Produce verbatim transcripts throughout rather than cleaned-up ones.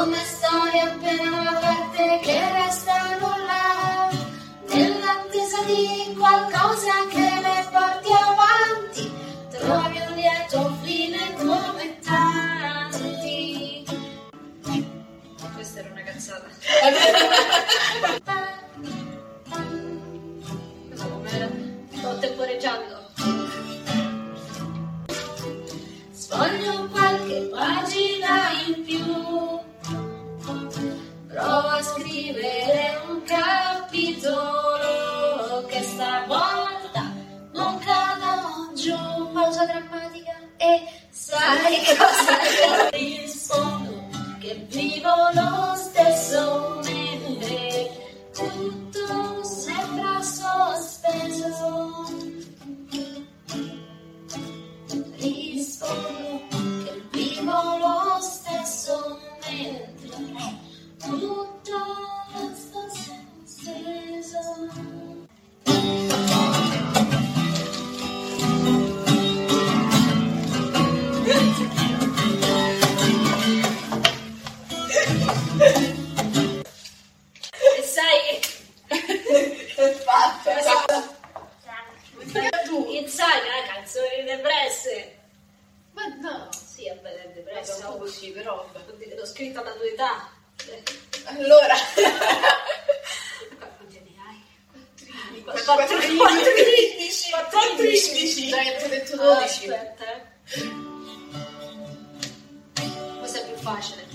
come storie appena aperte che restano là, nell'attesa di qualcosa che le porti avanti, trovi un lieto fine come tanti. Questa era una cazzata. Questo com'era? Sto temporeggiando. Sfoglio qualche pagina in più, provo a scrivere un capitolo che stavolta non cado giù. Pausa drammatica e sai cosa rispondo? Che vivo lo stesso mentre tutto sembra sospeso. Rispondo che vivo lo stesso mentre tutto sta sospeso. E sai È fatto, è fatto. e sai le canzoni depresse? Ma no. Sì, vabbè, è depressa. Vabbè, un po' così, però vabbè. Vuol dire, l'ho scritta alla tua età. Allora. Quanti anni hai? quattordici. quattordici. Dai, ti ho detto dodici. Aspetta, eh. Questo è più facile.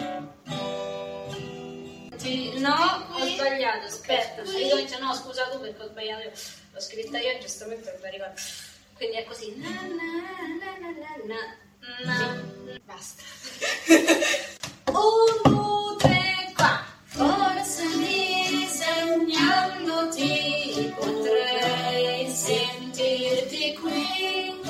Ti- No, ho sbagliato, aspetta. Ricomincia, no, scusa tu perché ho sbagliato io. L'ho scritta io, giustamente non mi ricordo. Quindi è così. Na, na, na, na, na, na. Basta. Un, due, tre, qua. Forse disegnandoti potrei sentirti qui.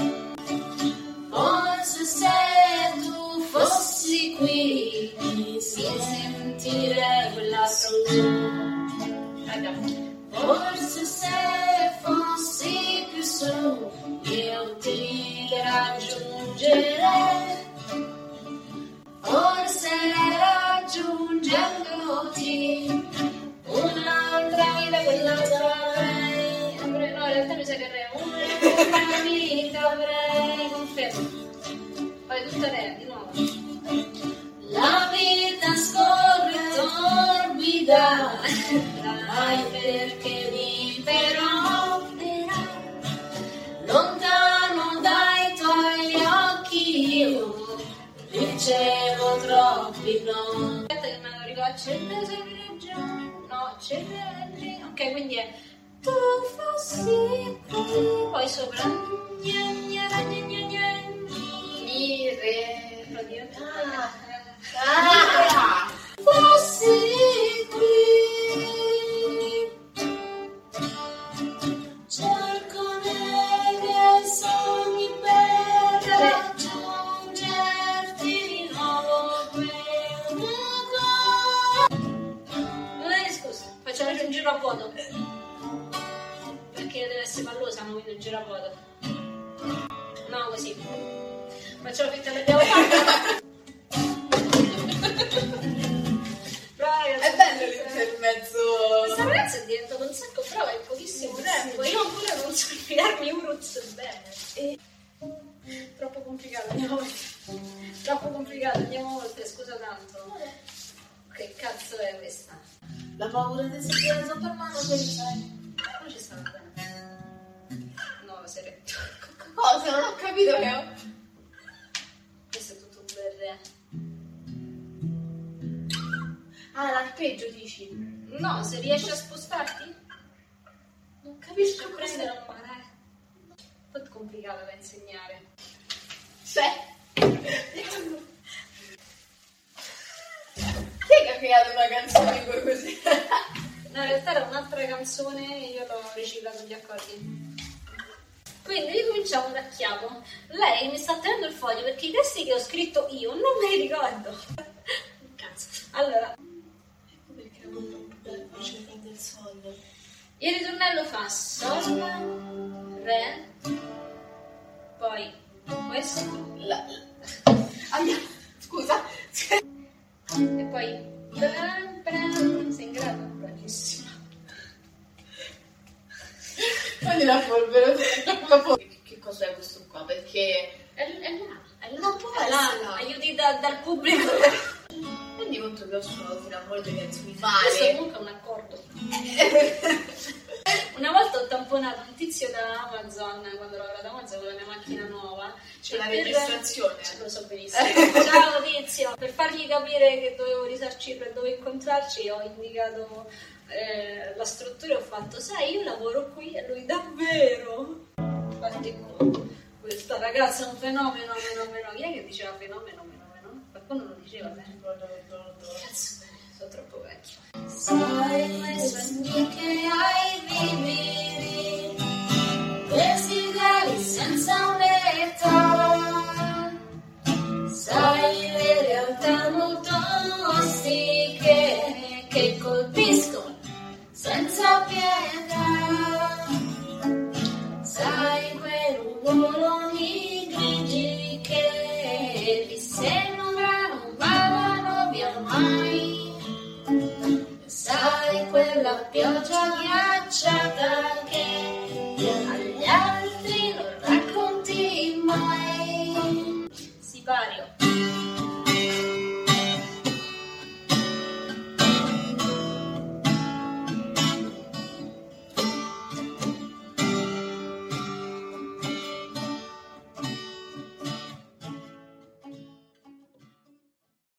Forse se tu fossi qui mi si sentire quell'altro. Forse se fossi più su io ti raggiungerei. Forse raggiungendoti un'altra vita, quell'altra avrei. avrei- No, in realtà mi sa che avrei un'altra vita avrei. Confermo. Fai tutta re, di nuovo. La vita scorre torbida, dai perché vivrò, lontano dai tuoi occhi io ricevo troppi no. Aspetta che me lo ricordo, c'è il no, c'è il ok, quindi è tu fossi qui, poi sopra gna gna gna gna gna mi re Ah. fossi qui, cerco nei miei sogni per raggiungerti di nuovo per non è scusa, facciamo un giro a vuoto perché deve essere pallosa, non vedo il giro a vuoto, no così facciamo finta che abbiamo fatto. È bello l'intermezzo. Questa ragazza è diventata un sacco brava in pochissimo tempo. Io ancora non so spiegarmi Uruz bene. E... Troppo complicato, andiamo oltre. Troppo complicato, andiamo oltre, scusa tanto. Che cazzo è questa? La paura di sentire Superman, che sai? Come ci stanno bene? No, serio. Cosa? Non ho capito che ho. Questo è tutto B R. Ah, l'arpeggio dici? No, se riesci a spostarti? Non capisco a cosa. prendere un mare. Un po' complicato da insegnare. C'è. Chi è che ha creato una canzone con così? No, in realtà era un'altra canzone e io l'ho riciclato gli accordi. Quindi ricominciamo da capo. Lei mi sta tenendo il foglio perché i testi che ho scritto io non me li ricordo. Cazzo. Allora, Ecco perché non faccio prendere il soldo. il ritornello fa sol, re, poi questo. La... Andiamo. Scusa. E poi bam, bam, sei in grado? Bravissima. Quindi la polvere, la polvere. Che, che cos'è questo qua? Perché È, è là, è là. non può è essere là. là. Aiuti da- dal pubblico. rendi conto che ho suonato fino a morte che non mi Questo fare. comunque è un accordo. Una volta ho tamponato un tizio da Amazon, quando lavoravo ad Amazon con la mia macchina nuova. C'è la per- registrazione. Ce lo so benissimo. Ciao tizio! Per fargli capire che dovevo risarcirlo e dove incontrarci, ho indicato eh, la struttura e ho fatto, sai, io lavoro qui, e lui, davvero? Infatti, questa ragazza è un fenomeno, fenomeno. Chi è che diceva fenomeno, fenomeno? Qualcuno lo diceva, eh? Cazzo, sono troppo vecchio. Sai quei sogni che hai vivi, desideri senza metà, sai le realtà molto ostiche che colpiscono senza pietà, sai quei nuvoloni grigi che ti sembrano ma non via mai, sai quella pioggia ghiacciata che